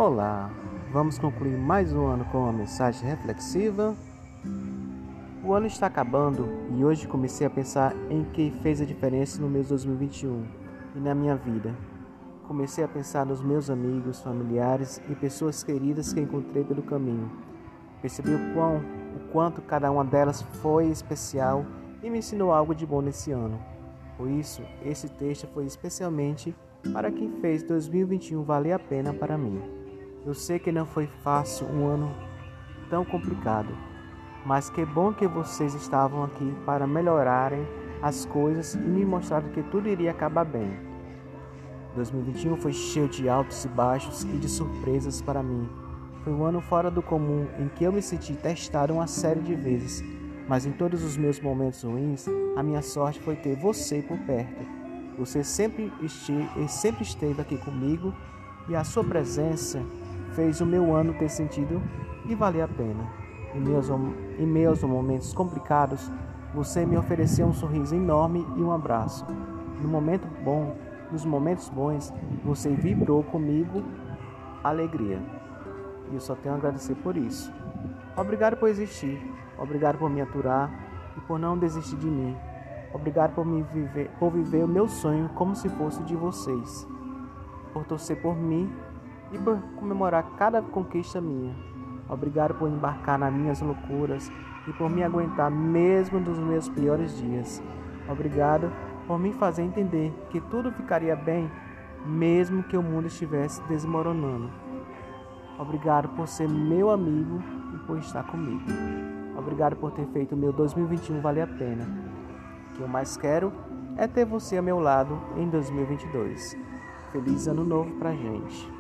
Olá, vamos concluir mais um ano com uma mensagem reflexiva. O ano está acabando e hoje comecei a pensar em que fez a diferença no meu 2021 e na minha vida. Comecei a pensar nos meus amigos, familiares e pessoas queridas que encontrei pelo caminho. Percebi o quanto cada uma delas foi especial e me ensinou algo de bom nesse ano. Por isso, esse texto foi especialmente para quem fez 2021 valer a pena para mim. Eu sei que não foi fácil um ano tão complicado, mas que bom que vocês estavam aqui para melhorarem as coisas e me mostraram que tudo iria acabar bem. 2021 foi cheio de altos e baixos e de surpresas para mim. Foi um ano fora do comum em que eu me senti testado uma série de vezes, mas em todos os meus momentos ruins, a minha sorte foi ter você por perto. Você sempre esteve aqui comigo e a sua presença fez o meu ano ter sentido e valer a pena. Em meio aos momentos complicados, você me ofereceu um sorriso enorme e um abraço. Nos momentos bons, você vibrou comigo alegria. E eu só tenho a agradecer por isso. Obrigado por existir, obrigado por me aturar e por não desistir de mim. Obrigado por viver o meu sonho como se fosse de vocês, por torcer por mim e por comemorar cada conquista minha. Obrigado por embarcar nas minhas loucuras e por me aguentar mesmo nos meus piores dias. Obrigado por me fazer entender que tudo ficaria bem mesmo que o mundo estivesse desmoronando. Obrigado por ser meu amigo e por estar comigo. Obrigado por ter feito o meu 2021 valer a pena. O que eu mais quero é ter você ao meu lado em 2022. Feliz ano novo pra gente!